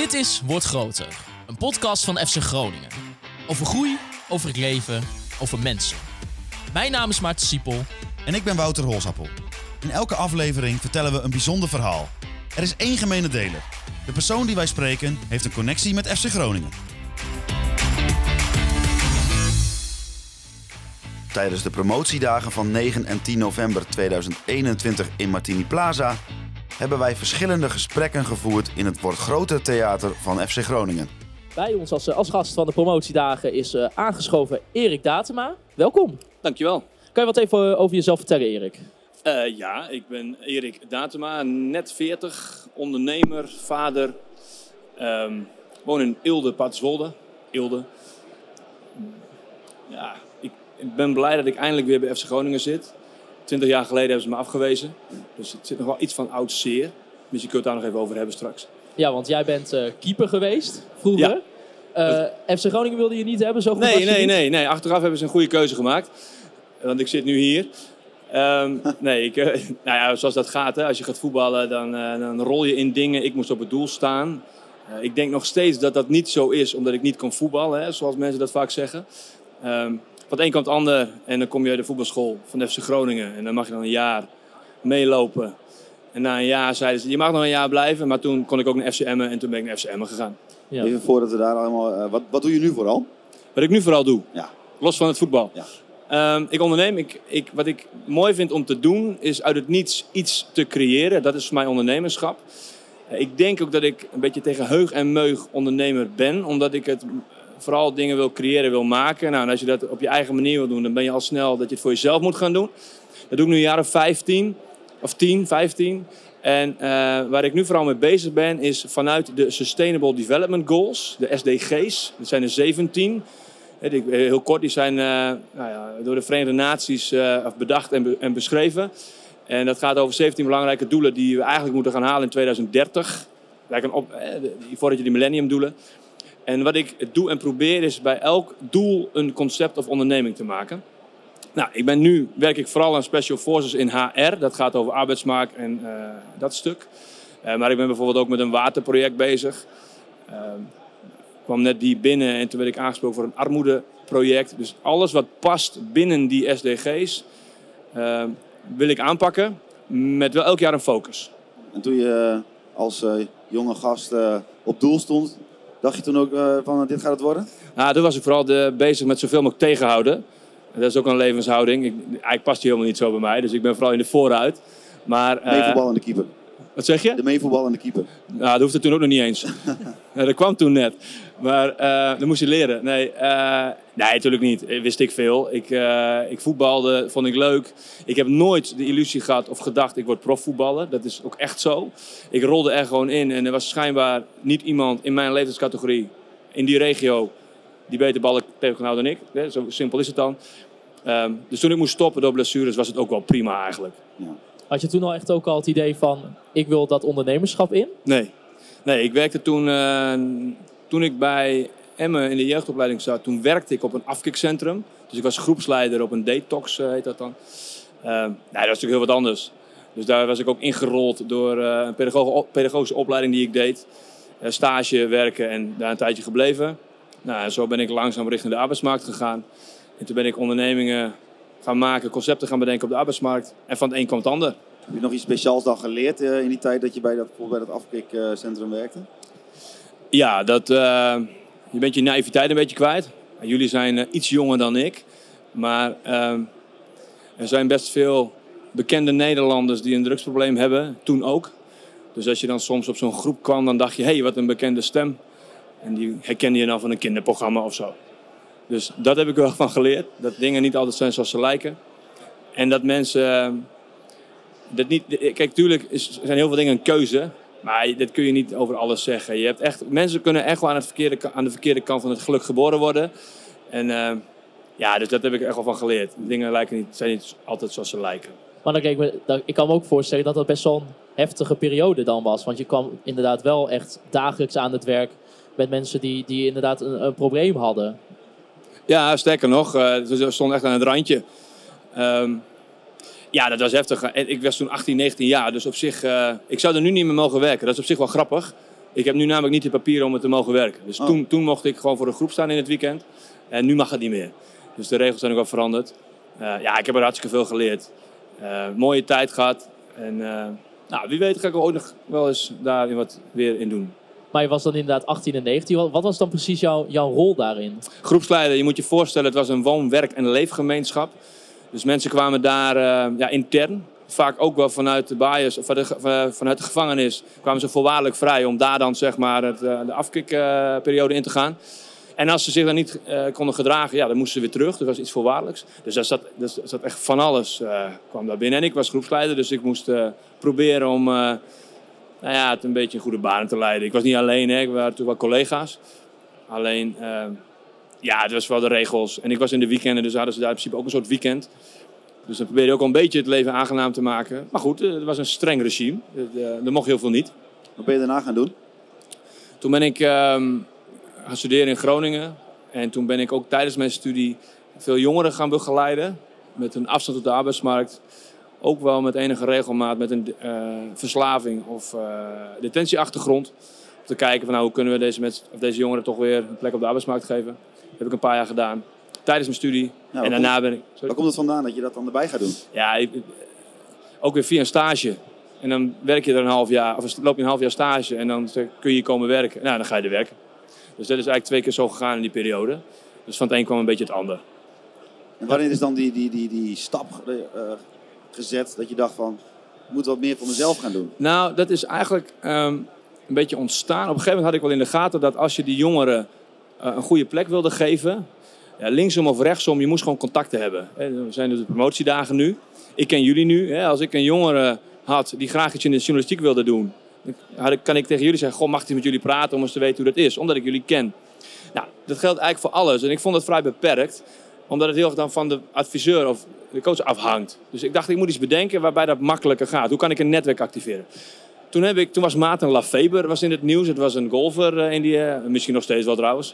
Dit is Word Groter, een podcast van FC Groningen. Over groei, over het leven, over mensen. Mijn naam is Maarten Siepel. En ik ben Wouter Holsappel. In elke aflevering vertellen we een bijzonder verhaal. Er is één gemene deler. De persoon die wij spreken heeft een connectie met FC Groningen. Tijdens de promotiedagen van 9 en 10 november 2021 in Martini Plaza hebben wij verschillende gesprekken gevoerd in het Word Groter theater van FC Groningen. Bij ons als gast van de promotiedagen is aangeschoven Erik Datema. Welkom. Dankjewel. Kan je wat even over jezelf vertellen, Erik? Ja, ik ben Erik Datema, net 40, ondernemer, vader. Woon in Eelde, Paterswolde. Eelde. Ja, ik ben blij dat ik eindelijk weer bij FC Groningen zit. 20 jaar geleden hebben ze me afgewezen. Dus het zit nog wel iets van oud zeer. Dus je kunt het daar nog even over hebben straks. Ja, want jij bent keeper geweest vroeger. Ja. FC Groningen wilde je niet hebben? Zo goed Nee. Achteraf hebben ze een goede keuze gemaakt. Want ik zit nu hier. Zoals dat gaat, hè. Als je gaat voetballen, dan rol je in dingen. Ik moest op het doel staan. Ik denk nog steeds dat dat niet zo is, omdat ik niet kon voetballen, hè, zoals mensen dat vaak zeggen. Van het een komt het ander en dan kom je uit de voetbalschool van de FC Groningen. En dan mag je dan een jaar meelopen. En na een jaar zeiden ze, je mag nog een jaar blijven. Maar toen kon ik ook naar FC Emmen en toen ben ik naar FC Emmen gegaan. Ja. Even voordat we daar allemaal... Wat doe je nu vooral? Wat ik nu vooral doe? Ja. Los van het voetbal. Ja. Ik onderneem. Wat ik mooi vind om te doen, is uit het niets iets te creëren. Dat is voor mij ondernemerschap. Ik denk ook dat ik een beetje tegen heug en meug ondernemer ben. Omdat ik het vooral dingen wil creëren, wil maken. Nou, en als je dat op je eigen manier wil doen, dan ben je al snel dat je het voor jezelf moet gaan doen. Dat doe ik nu een jaar of 15. En waar ik nu vooral mee bezig ben, is vanuit de Sustainable Development Goals, de SDG's. Dat zijn er 17. Heel kort, die zijn door de Verenigde Naties bedacht en beschreven. En dat gaat over 17 belangrijke doelen die we eigenlijk moeten gaan halen in 2030. Voordat je die millenniumdoelen. En wat ik doe en probeer is bij elk doel een concept of onderneming te maken. Nou, werk ik vooral aan Special Forces in HR. Dat gaat over arbeidsmarkt en dat stuk. Maar ik ben bijvoorbeeld ook met een waterproject bezig. Ik kwam net die binnen en toen werd ik aangesproken voor een armoedeproject. Dus alles wat past binnen die SDG's wil ik aanpakken. Met wel elk jaar een focus. En toen je als jonge gast op doel stond, dacht je toen ook van dit gaat het worden? Nou, toen was ik vooral bezig met zoveel mogelijk tegenhouden. Dat is ook een levenshouding. Eigenlijk past die helemaal niet zo bij mij. Dus ik ben vooral in de vooruit. Maar, meevoetballende keeper. Wat zeg je? De meevoetballende keeper. Nou, dat hoefde toen ook nog niet eens. Dat kwam toen net. Maar dat moest je leren. Nee, natuurlijk niet. Wist ik veel. Ik voetbalde, vond ik leuk. Ik heb nooit de illusie gehad of gedacht ik word profvoetballer. Dat is ook echt zo. Ik rolde er gewoon in. En er was schijnbaar niet iemand in mijn leeftijdscategorie, in die regio, die beter ballen tegen kon houden dan ik. Zo simpel is het dan. Dus toen ik moest stoppen door blessures was het ook wel prima eigenlijk. Ja. Had je toen al echt ook al het idee van, ik wil dat ondernemerschap in? Nee, ik werkte toen ik bij Emmen in de jeugdopleiding zat, toen werkte ik op een afkikcentrum. Dus ik was groepsleider op een detox, heet dat dan. Dat was natuurlijk heel wat anders. Dus daar was ik ook ingerold door een pedagogische opleiding die ik deed. Stage, werken en daar een tijdje gebleven. Nou, en zo ben ik langzaam richting de arbeidsmarkt gegaan. En toen ben ik ondernemingen gaan maken, concepten gaan bedenken op de arbeidsmarkt. En van het een kwam het ander. Heb je nog iets speciaals dan geleerd in die tijd dat je bij dat afkikcentrum werkte? Ja, je bent je naïviteit een beetje kwijt. Jullie zijn iets jonger dan ik. Maar er zijn best veel bekende Nederlanders die een drugsprobleem hebben. Toen ook. Dus als je dan soms op zo'n groep kwam, dan dacht je, hé, wat een bekende stem. En die herkende je dan van een kinderprogramma of zo. Dus dat heb ik wel van geleerd. Dat dingen niet altijd zijn zoals ze lijken. En dat mensen... Kijk, tuurlijk zijn heel veel dingen een keuze. Maar dat kun je niet over alles zeggen. Mensen kunnen echt wel aan de verkeerde kant van het geluk geboren worden. En dus dat heb ik echt wel van geleerd. Dingen zijn niet altijd zoals ze lijken. Maar ik kan me ook voorstellen dat dat best wel een heftige periode dan was. Want je kwam inderdaad wel echt dagelijks aan het werk met mensen die inderdaad een probleem hadden. Ja, sterker nog, ze stonden echt aan het randje. Dat was heftig. Ik was toen 18, 19 jaar, dus op zich... ik zou er nu niet meer mogen werken. Dat is op zich wel grappig. Ik heb nu namelijk niet de papieren om het te mogen werken. Dus toen mocht ik gewoon voor een groep staan in het weekend. En nu mag het niet meer. Dus de regels zijn ook wel veranderd. Ik heb er hartstikke veel geleerd. Mooie tijd gehad. En wie weet ga ik er ook nog wel eens daar wat weer in doen. Maar je was dan inderdaad 18 en 19. Wat was dan precies jouw rol daarin? Groepsleider, je moet je voorstellen, het was een woon-, werk- en leefgemeenschap. Dus mensen kwamen daar intern. Vaak ook wel vanuit de bias, of vanuit de gevangenis kwamen ze voorwaardelijk vrij om daar dan zeg maar de afkikperiode in te gaan. En als ze zich dan niet konden gedragen, dan moesten ze weer terug. Dat was iets voorwaardelijks. Dus daar zat echt van alles kwam daar binnen. En ik was groepsleider, dus ik moest proberen om het een beetje in goede banen te leiden. Ik was niet alleen, ik waren natuurlijk wel collega's. Alleen, het was wel de regels. En ik was in de weekenden, dus hadden ze daar in principe ook een soort weekend. Dus dan probeerde je ook al een beetje het leven aangenaam te maken. Maar goed, het was een streng regime. Er mocht heel veel niet. Wat ben je daarna gaan doen? Toen ben ik gaan studeren in Groningen. En toen ben ik ook tijdens mijn studie veel jongeren gaan begeleiden. Met een afstand op de arbeidsmarkt. Ook wel met enige regelmaat met een verslaving of detentieachtergrond. Om te kijken van hoe kunnen we deze jongeren toch weer een plek op de arbeidsmarkt geven. Dat heb ik een paar jaar gedaan. Tijdens mijn studie. En daarna ben ik... Waar komt het vandaan dat je dat dan erbij gaat doen? Ja, ook weer via een stage. En dan werk je er een half jaar, of loop je een half jaar stage en dan kun je komen werken. Nou, dan ga je er werken. Dus dat is eigenlijk 2 keer zo gegaan in die periode. Dus van het een kwam een beetje het ander. En wanneer is dan die stap gezet dat je dacht van, ik moet wat meer voor mezelf gaan doen? Nou, dat is eigenlijk een beetje ontstaan. Op een gegeven moment had ik wel in de gaten dat als je die jongeren een goede plek wilde geven, linksom of rechtsom, je moest gewoon contacten hebben. We zijn dus de promotiedagen nu. Ik ken jullie nu. Als ik een jongere had die graag iets in de journalistiek wilde doen, dan kan ik tegen jullie zeggen, goh, mag ik met jullie praten om eens te weten hoe dat is, omdat ik jullie ken. Nou, dat geldt eigenlijk voor alles. En ik vond het vrij beperkt, omdat het heel erg dan van de adviseur of de coach afhangt. Dus ik dacht, ik moet iets bedenken waarbij dat makkelijker gaat. Hoe kan ik een netwerk activeren? Toen was Maarten Lafeber was in het nieuws. Het was een golfer misschien nog steeds wel trouwens.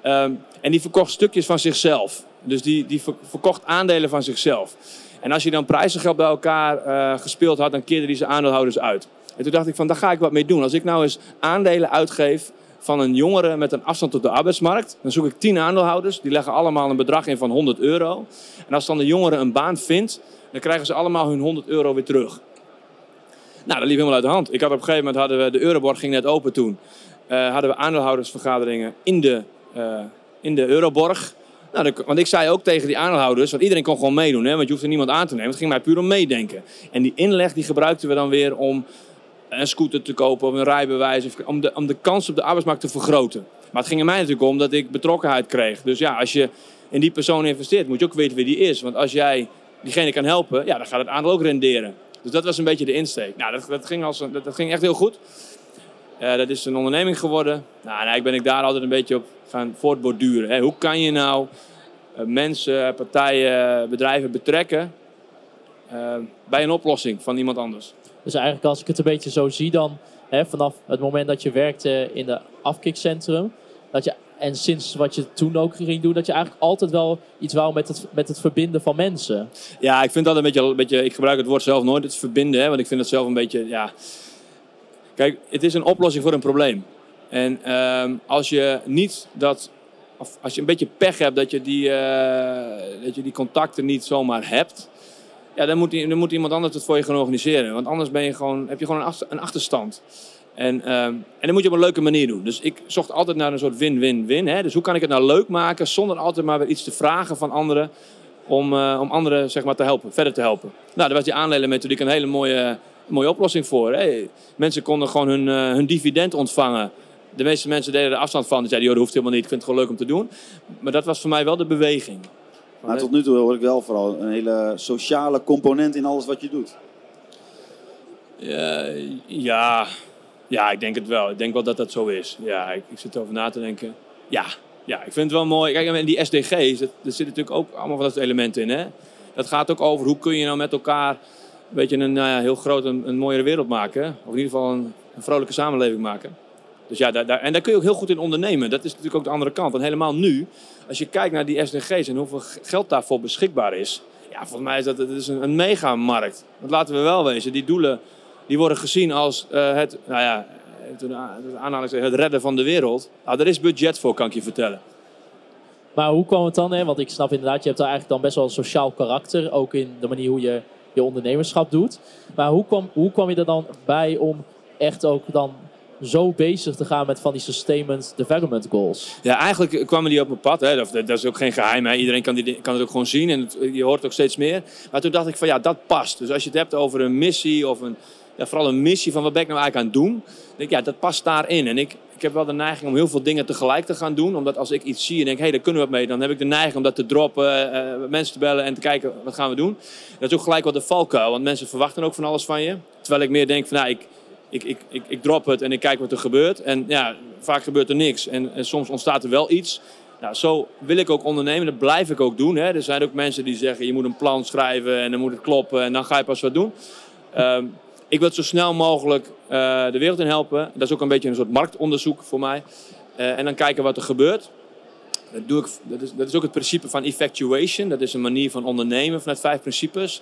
En die verkocht stukjes van zichzelf. Dus die verkocht aandelen van zichzelf. En als je dan prijzengeld bij elkaar gespeeld had, dan keerde die zijn aandeelhouders uit. En toen dacht ik van, daar ga ik wat mee doen. Als ik nou eens aandelen uitgeef van een jongere met een afstand tot de arbeidsmarkt, dan zoek ik 10 aandeelhouders. Die leggen allemaal een bedrag in van €100. En als dan de jongere een baan vindt, dan krijgen ze allemaal hun €100 weer terug. Nou, dat liep helemaal uit de hand. Op een gegeven moment hadden we, de Euroborg ging net open toen, hadden we aandeelhoudersvergaderingen in de Euroborg. Nou, want ik zei ook tegen die aandeelhouders, want iedereen kon gewoon meedoen, want je hoeft er niemand aan te nemen. Het ging mij puur om meedenken. En die inleg die gebruikten we dan weer om een scooter te kopen of een rijbewijs, om de kans op de arbeidsmarkt te vergroten. Maar het ging er mij natuurlijk om dat ik betrokkenheid kreeg. Dus ja, als je in die persoon investeert, moet je ook weten wie die is. Want als jij diegene kan helpen, dan gaat het aandeel ook renderen. Dus dat was een beetje de insteek. Nou, dat ging echt heel goed. Dat is een onderneming geworden. Nou, en eigenlijk ben ik daar altijd een beetje op gaan voortborduren. Hoe kan je nou mensen, partijen, bedrijven betrekken bij een oplossing van iemand anders? Dus eigenlijk als ik het een beetje zo zie dan, vanaf het moment dat je werkte in de afkikcentrum, en sinds wat je toen ook ging doen, dat je eigenlijk altijd wel iets wou met het verbinden van mensen. Ja, ik vind dat een beetje, ik gebruik het woord zelf nooit, het verbinden, want ik vind het zelf een beetje, Kijk, het is een oplossing voor een probleem. En als je een beetje pech hebt dat je die contacten niet zomaar hebt, dan moet iemand anders het voor je gaan organiseren. Want anders heb je gewoon een achterstand. En dat moet je op een leuke manier doen. Dus ik zocht altijd naar een soort win-win-win. Dus hoe kan ik het nou leuk maken zonder altijd maar weer iets te vragen van anderen om anderen zeg maar verder te helpen. Nou, daar was die aandelenmethodiek een hele mooie oplossing voor. Mensen konden gewoon hun dividend ontvangen. De meeste mensen deden er afstand van. Die zeiden, dat hoeft helemaal niet. Ik vind het gewoon leuk om te doen. Maar dat was voor mij wel de beweging. Maar tot nu toe hoor ik wel vooral een hele sociale component in alles wat je doet. Ja, ik denk het wel. Ik denk wel dat dat zo is. Ja, ik zit erover na te denken. Ja, ik vind het wel mooi. Kijk, en die SDG's, er zitten natuurlijk ook allemaal van dat elementen in. Dat gaat ook over hoe kun je nou met elkaar een beetje heel groot een mooiere wereld maken. Of in ieder geval een vrolijke samenleving maken. Dus ja, daar kun je ook heel goed in ondernemen. Dat is natuurlijk ook de andere kant. En helemaal nu, als je kijkt naar die SDG's en hoeveel geld daarvoor beschikbaar is. Ja, volgens mij is dat een megamarkt. Want laten we wel wezen, die doelen die worden gezien als het redden van de wereld. Nou, daar is budget voor, kan ik je vertellen. Maar hoe kwam het dan? Hè? Want ik snap inderdaad, je hebt daar eigenlijk dan best wel een sociaal karakter. Ook in de manier hoe je je ondernemerschap doet. Maar hoe kwam je er dan bij om echt ook dan zo bezig te gaan met van die Sustainable Development Goals? Ja, eigenlijk kwamen die op mijn pad. Hè. Dat is ook geen geheim. Hè. Iedereen kan het ook gewoon zien. En je hoort het ook steeds meer. Maar toen dacht ik van ja, dat past. Dus als je het hebt over een missie of vooral een missie van wat ben ik nou eigenlijk aan het doen. Dan denk ik, ja, dat past daarin. En ik heb wel de neiging om heel veel dingen tegelijk te gaan doen. Omdat als ik iets zie en denk, hé, daar kunnen we wat mee. Dan heb ik de neiging om dat te droppen, mensen te bellen en te kijken, wat gaan we doen. Dat is ook gelijk wat de valkuil. Want mensen verwachten ook van alles van je. Terwijl ik meer denk van, nou, ik drop het en ik kijk wat er gebeurt. En ja, vaak gebeurt er niks. En soms ontstaat er wel iets. Nou, zo wil ik ook ondernemen. Dat blijf ik ook doen. Hè. Er zijn ook mensen die zeggen, je moet een plan schrijven en dan moet het kloppen. En dan ga je pas wat doen. Ik wil het zo snel mogelijk de wereld in helpen. Dat is ook een beetje een soort marktonderzoek voor mij. En dan kijken wat er gebeurt. Dat is ook het principe van effectuation. Dat is een manier van ondernemen vanuit 5 principes.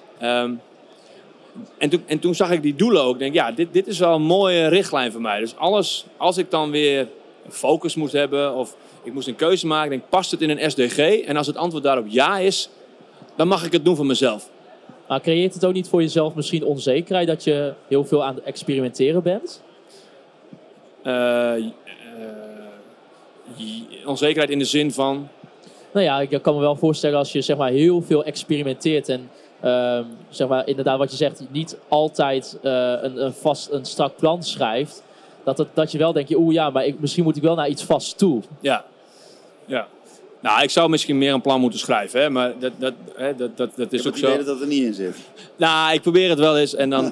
En toen zag ik die doelen ook. Ik denk, ja, dit is wel een mooie richtlijn voor mij. Dus als ik dan weer focus moest hebben of ik moest een keuze maken, denk, past het in een SDG? En als het antwoord daarop ja is, dan mag ik het doen voor mezelf. Maar creëert het ook niet voor jezelf misschien onzekerheid dat je heel veel aan het experimenteren bent? Onzekerheid in de zin van? Nou ja, ik kan me wel voorstellen als je zeg maar heel veel experimenteert en zeg maar inderdaad wat je zegt, niet altijd een strak plan schrijft, dat je wel denkt, maar misschien moet ik wel naar iets vast toe. Ja. Nou, ik zou misschien meer een plan moeten schrijven, hè? Maar dat is ook zo. Ik heb het idee dat er niet in zit. Nou, ik probeer het wel eens en dan...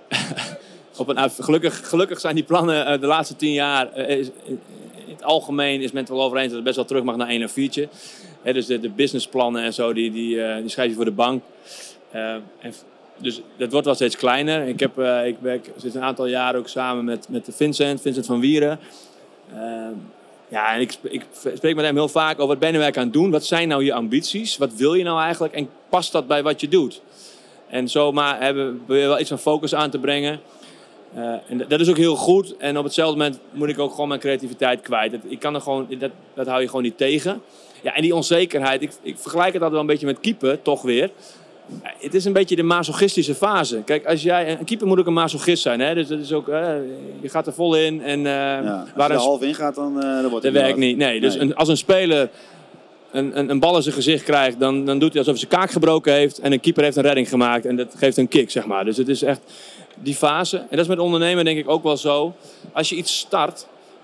gelukkig zijn die plannen de laatste 10 jaar... in het algemeen is men het wel over eens dat het best wel terug mag naar 1 en 4'tje. Dus de businessplannen en zo, die schrijf je voor de bank. Dus dat wordt wel steeds kleiner. Ik werk sinds een aantal jaren ook samen met Vincent van Wieren. Ja, en ik spreek met hem heel vaak over wat ben je nou eigenlijk aan het doen? Wat zijn nou je ambities? Wat wil je nou eigenlijk? En past dat bij wat je doet? En zomaar hebben we wel iets van focus aan te brengen. En dat is ook heel goed. En op hetzelfde moment moet ik ook gewoon mijn creativiteit kwijt. Dat hou je gewoon niet tegen. Ja, en die onzekerheid, ik vergelijk het altijd wel een beetje met keeper, toch weer. Het is een beetje de masochistische fase. Kijk, een keeper moet ook een masochist zijn. Hè? Dus dat is ook, je gaat er vol in. En, als je er half in gaat, dan wordt het dat werkt niet. Nee. Dus als een speler een bal in zijn gezicht krijgt, dan doet hij alsof hij zijn kaak gebroken heeft. En een keeper heeft een redding gemaakt. En dat geeft een kick, zeg maar. Dus het is echt die fase. En dat is met ondernemen denk ik ook wel zo. Als je iets start...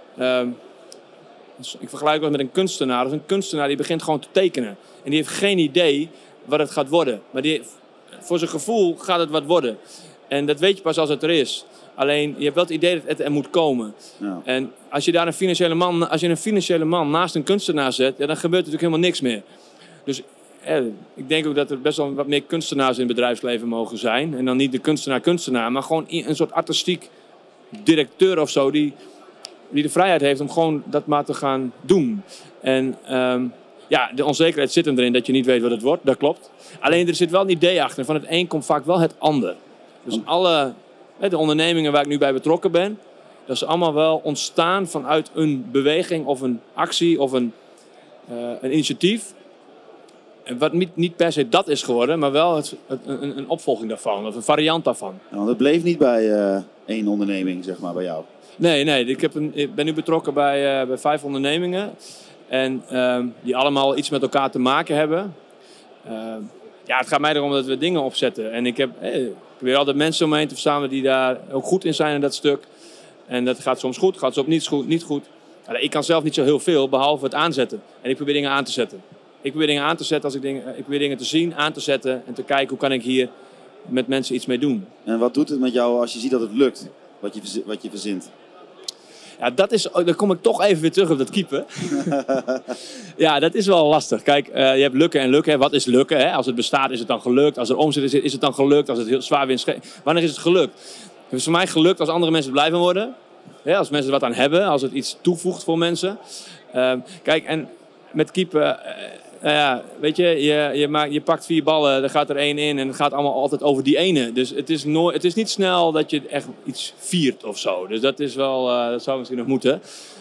ik vergelijk het met een kunstenaar. Dus een kunstenaar die begint gewoon te tekenen. En die heeft geen idee wat het gaat worden. Maar voor zijn gevoel gaat het wat worden. En dat weet je pas als het er is. Alleen, je hebt wel het idee dat het er moet komen. Ja. En als je daar een financiële man naast een kunstenaar zet, ja, dan gebeurt er natuurlijk helemaal niks meer. Dus ik denk ook dat er best wel wat meer kunstenaars in het bedrijfsleven mogen zijn. En dan niet de kunstenaar, maar gewoon een soort artistiek directeur of zo, die de vrijheid heeft om gewoon dat maar te gaan doen. En de onzekerheid zit hem erin dat je niet weet wat het wordt, dat klopt. Alleen er zit wel een idee achter. Van het een komt vaak wel het ander. Dus de ondernemingen waar ik nu bij betrokken ben, dat is allemaal wel ontstaan vanuit een beweging of een actie of een initiatief. Wat niet per se dat is geworden, maar wel een opvolging daarvan of een variant daarvan. Ja, want het bleef niet bij 1 onderneming, zeg maar, bij jou. Nee. Ik ben nu betrokken bij 5 ondernemingen. En die allemaal iets met elkaar te maken hebben. Het gaat mij erom dat we dingen opzetten. En ik probeer altijd mensen om me heen te verzamelen die daar ook goed in zijn in dat stuk. En dat gaat soms goed, gaat soms niet goed. Ik kan zelf niet zo heel veel, behalve het aanzetten. En ik probeer dingen aan te zetten. Ik probeer dingen te zien, aan te zetten. En te kijken hoe kan ik hier met mensen iets mee doen. En wat doet het met jou als je ziet dat het lukt, wat je verzint? Ja, dan kom ik toch even weer terug op dat keeper. Ja, dat is wel lastig. Kijk, je hebt lukken en lukken. Wat is lukken? Hè? Als het bestaat, is het dan gelukt. Als er omzet is het dan gelukt. Als het heel zwaar winst. Wanneer is het gelukt? Het is voor mij gelukt als andere mensen blij van worden. Ja, als mensen er wat aan hebben. Als het iets toevoegt voor mensen. Kijk, en met keeper... weet je, je pakt 4 ballen, er gaat er 1 in en het gaat allemaal altijd over die ene. Dus het is niet snel dat je echt iets viert of zo. Dus dat is wel, dat zou misschien nog moeten.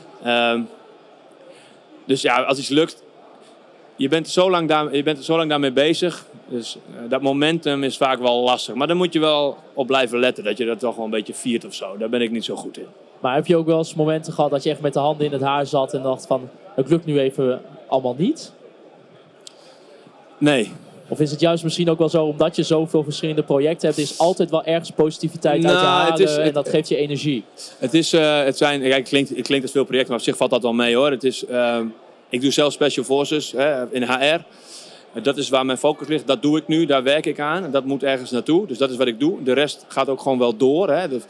Dus ja, als iets lukt, je bent er zo lang daarmee bezig. Dus dat momentum is vaak wel lastig. Maar daar moet je wel op blijven letten, dat je dat toch wel een beetje viert of zo. Daar ben ik niet zo goed in. Maar heb je ook wel eens momenten gehad dat je echt met de handen in het haar zat en dacht van, het lukt nu even allemaal niet? Nee. Of is het juist misschien ook wel zo, omdat je zoveel verschillende projecten hebt, is altijd wel ergens positiviteit uit te halen en dat geeft je energie? Het klinkt als veel projecten, maar op zich valt dat wel mee hoor. Ik doe zelf Special Forces in HR. Dat is waar mijn focus ligt. Dat doe ik nu, daar werk ik aan. Dat moet ergens naartoe, dus dat is wat ik doe. De rest gaat ook gewoon wel door.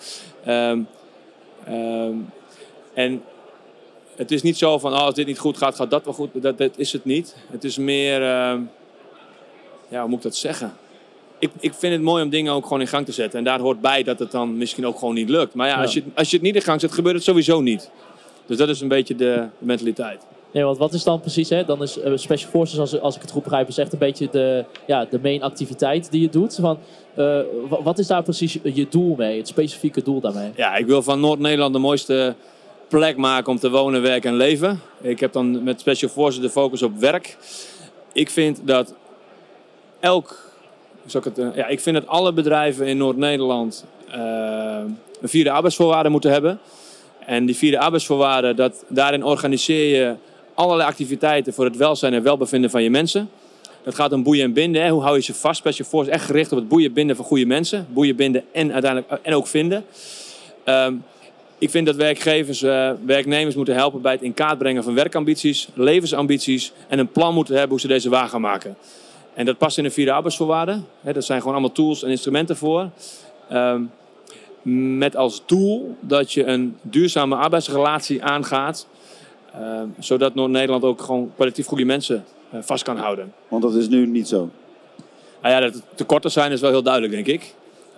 En het is niet zo van, als dit niet goed gaat, gaat dat wel goed. Dat is het niet. Het is meer, hoe moet ik dat zeggen? Ik vind het mooi om dingen ook gewoon in gang te zetten. En daar hoort bij dat het dan misschien ook gewoon niet lukt. Maar ja, als je het niet in gang zet, gebeurt het sowieso niet. Dus dat is een beetje de mentaliteit. Nee, want wat is dan precies, dan is Special Forces, als ik het goed begrijp, is echt een beetje de main activiteit die je doet. Wat is daar precies je doel mee, het specifieke doel daarmee? Ja, ik wil van Noord-Nederland de mooiste plek maken om te wonen, werken en leven. Ik heb dan met Special Forces de focus op werk. Ik vind dat ik vind dat alle bedrijven in Noord-Nederland een 4e arbeidsvoorwaarde moeten hebben. En die 4e arbeidsvoorwaarde, daarin organiseer je allerlei activiteiten voor het welzijn en welbevinden van je mensen. Dat gaat om boeien en binden. Hè. Hoe hou je ze vast? Special Forces echt gericht op het boeien binden van goede mensen. Boeien binden en uiteindelijk en ook vinden. Ik vind dat werkgevers werknemers moeten helpen bij het in kaart brengen van werkambities, levensambities en een plan moeten hebben hoe ze deze waar gaan maken. En dat past in de 4e arbeidsvoorwaarde. Dat zijn gewoon allemaal tools en instrumenten voor. Met als doel dat je een duurzame arbeidsrelatie aangaat. Zodat Noord-Nederland ook gewoon kwalitatief goede mensen vast kan houden. Want dat is nu niet zo. Dat er tekorten zijn is wel heel duidelijk, denk ik.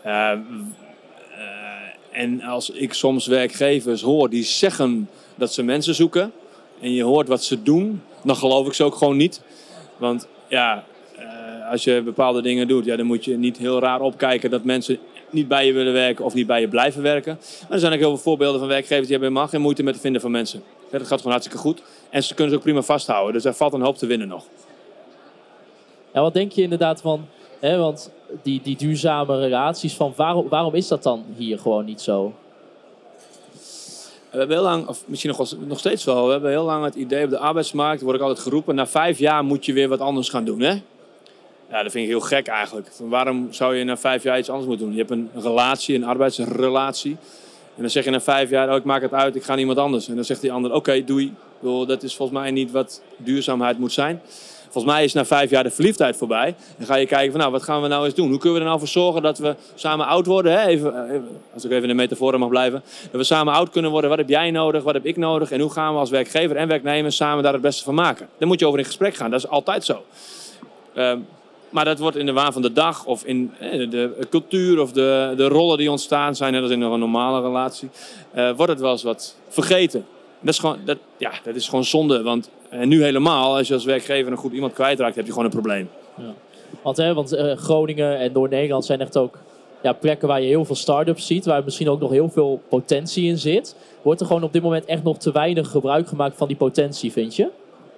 En als ik soms werkgevers hoor die zeggen dat ze mensen zoeken. En je hoort wat ze doen, dan geloof ik ze ook gewoon niet. Want als je bepaalde dingen doet, dan moet je niet heel raar opkijken dat mensen niet bij je willen werken of niet bij je blijven werken. Maar er zijn ook heel veel voorbeelden van werkgevers die hebben helemaal geen moeite met het vinden van mensen. Dat gaat gewoon hartstikke goed. En ze kunnen ze ook prima vasthouden. Dus daar valt een hoop te winnen nog. Ja, wat denk je inderdaad van, want die duurzame relaties, van waarom is dat dan hier gewoon niet zo? We hebben heel lang, of misschien nog steeds wel, we hebben heel lang het idee op de arbeidsmarkt, word ik altijd geroepen, na 5 jaar moet je weer wat anders gaan doen, hè? Ja, dat vind ik heel gek eigenlijk. Waarom zou je na 5 jaar iets anders moeten doen? Je hebt een relatie, een arbeidsrelatie. En dan zeg je na 5 jaar, ik maak het uit, ik ga naar iemand anders. En dan zegt die ander, oké, doei. Dat is volgens mij niet wat duurzaamheid moet zijn. Volgens mij is na 5 jaar de verliefdheid voorbij. Dan ga je kijken van, wat gaan we nou eens doen? Hoe kunnen we er nou voor zorgen dat we samen oud worden? Hè? Als ik even in de metafoor mag blijven. Dat we samen oud kunnen worden. Wat heb jij nodig? Wat heb ik nodig? En hoe gaan we als werkgever en werknemer samen daar het beste van maken? Daar moet je over in gesprek gaan. Dat is altijd zo. Maar dat wordt in de waan van de dag of in de cultuur of de rollen die ontstaan zijn, net als in een normale relatie, wordt het wel eens wat vergeten. Dat is gewoon zonde, want nu helemaal, als je als werkgever een goed iemand kwijtraakt, heb je gewoon een probleem. Ja. Want Groningen en Noord-Nederland zijn echt ook plekken waar je heel veel start-ups ziet, waar misschien ook nog heel veel potentie in zit. Wordt er gewoon op dit moment echt nog te weinig gebruik gemaakt van die potentie, vind je?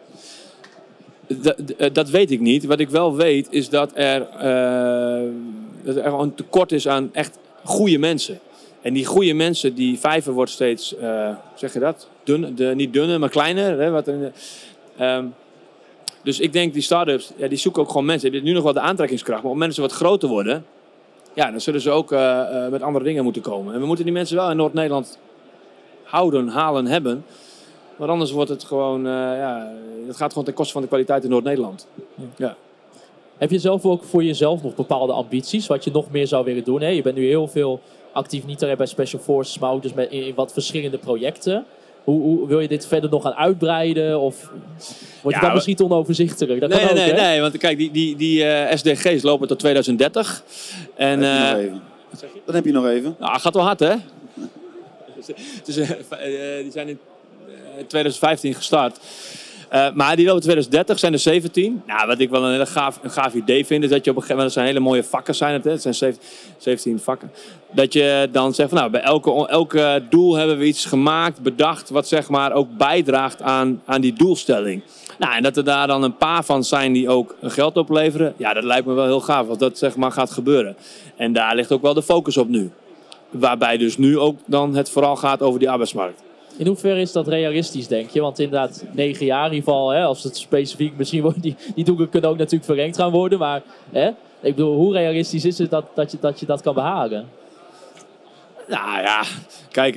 Dat weet ik niet. Wat ik wel weet is dat er gewoon tekort is aan echt goede mensen. En die goede mensen, die vijver wordt steeds, zeg je dat? Niet dunner, maar kleiner. Hè? Dus ik denk die start-ups, die zoeken ook gewoon mensen. Die hebben nu nog wel de aantrekkingskracht. Maar op mensen wat groter worden, dan zullen ze ook met andere dingen moeten komen. En we moeten die mensen wel in Noord-Nederland halen, hebben. Maar anders wordt het gewoon, het gaat gewoon ten koste van de kwaliteit in Noord-Nederland. Ja. Heb je zelf ook voor jezelf nog bepaalde ambities, wat je nog meer zou willen doen? Hè? Je bent nu heel veel actief, niet alleen bij Special Forces, maar ook dus in wat verschillende projecten. Hoe wil je dit verder nog gaan uitbreiden? Of word je dan misschien te onoverzichtelijk? Dat kan ook, nee, want kijk, die SDG's lopen tot 2030. En, Dan heb je nog even. Nou, gaat wel hard, hè? Die zijn in 2015 gestart. Maar die lopen 2030 zijn er 17. Nou, wat ik wel een gaaf idee vind, is dat je op een gegeven moment, dat zijn hele mooie vakken zijn het zijn 17 vakken. Dat je dan zegt van nou, bij elke doel hebben we iets gemaakt, bedacht, wat zeg maar ook bijdraagt aan die doelstelling. Nou, en dat er daar dan een paar van zijn die ook geld opleveren, ja, dat lijkt me wel heel gaaf, als dat zeg maar gaat gebeuren. En daar ligt ook wel de focus op nu. Waarbij dus nu ook dan het vooral gaat over die arbeidsmarkt. In hoeverre is dat realistisch, denk je? Want inderdaad, 9 jaar in ieder geval, als het specifiek misschien wordt, die doelen kunnen ook natuurlijk verlengd gaan worden. Maar ik bedoel, hoe realistisch is het dat je dat kan behalen? Nou ja, kijk,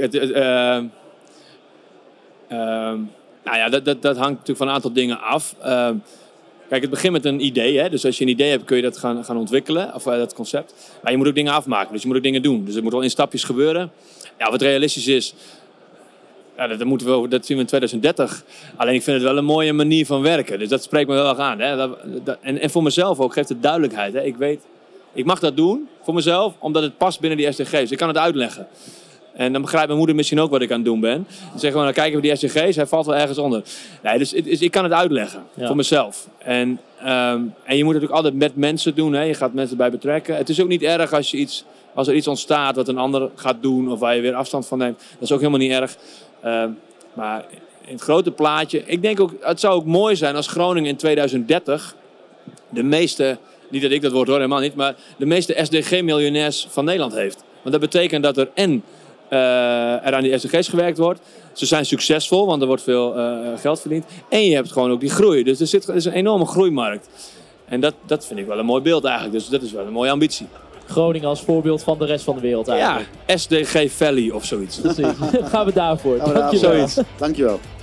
dat hangt natuurlijk van een aantal dingen af. Kijk, het begint met een idee. Hè? Dus als je een idee hebt, kun je dat gaan ontwikkelen. Of dat concept. Maar je moet ook dingen afmaken. Dus je moet ook dingen doen. Dus het moet wel in stapjes gebeuren. Ja, wat realistisch is, ja, dat zien we in 2030. Alleen ik vind het wel een mooie manier van werken. Dus dat spreekt me heel erg aan. Hè? En voor mezelf ook geeft het duidelijkheid. Hè? Ik weet, ik mag dat doen voor mezelf, omdat het past binnen die SDG's. Ik kan het uitleggen. En dan begrijpt mijn moeder misschien ook wat ik aan het doen ben. Dan zeggen we, dan kijken we die SDG's, hij valt wel ergens onder. Nee, dus ik kan het uitleggen voor mezelf. En je moet het ook altijd met mensen doen. Hè? Je gaat mensen bij betrekken. Het is ook niet erg als er iets ontstaat wat een ander gaat doen of waar je weer afstand van neemt. Dat is ook helemaal niet erg. Maar in het grote plaatje, ik denk ook, het zou ook mooi zijn als Groningen in 2030 de meeste, niet dat ik dat woord hoor, helemaal niet, maar de meeste SDG-miljonairs van Nederland heeft. Want dat betekent dat er er aan die SDG's gewerkt wordt. Ze zijn succesvol, want er wordt veel geld verdiend. En je hebt gewoon ook die groei. Dus er is een enorme groeimarkt. En dat vind ik wel een mooi beeld eigenlijk. Dus dat is wel een mooie ambitie. Groningen als voorbeeld van de rest van de wereld eigenlijk. Ja, SDG Valley of zoiets. Precies. Gaan we daarvoor. Dankjewel. Dankjewel.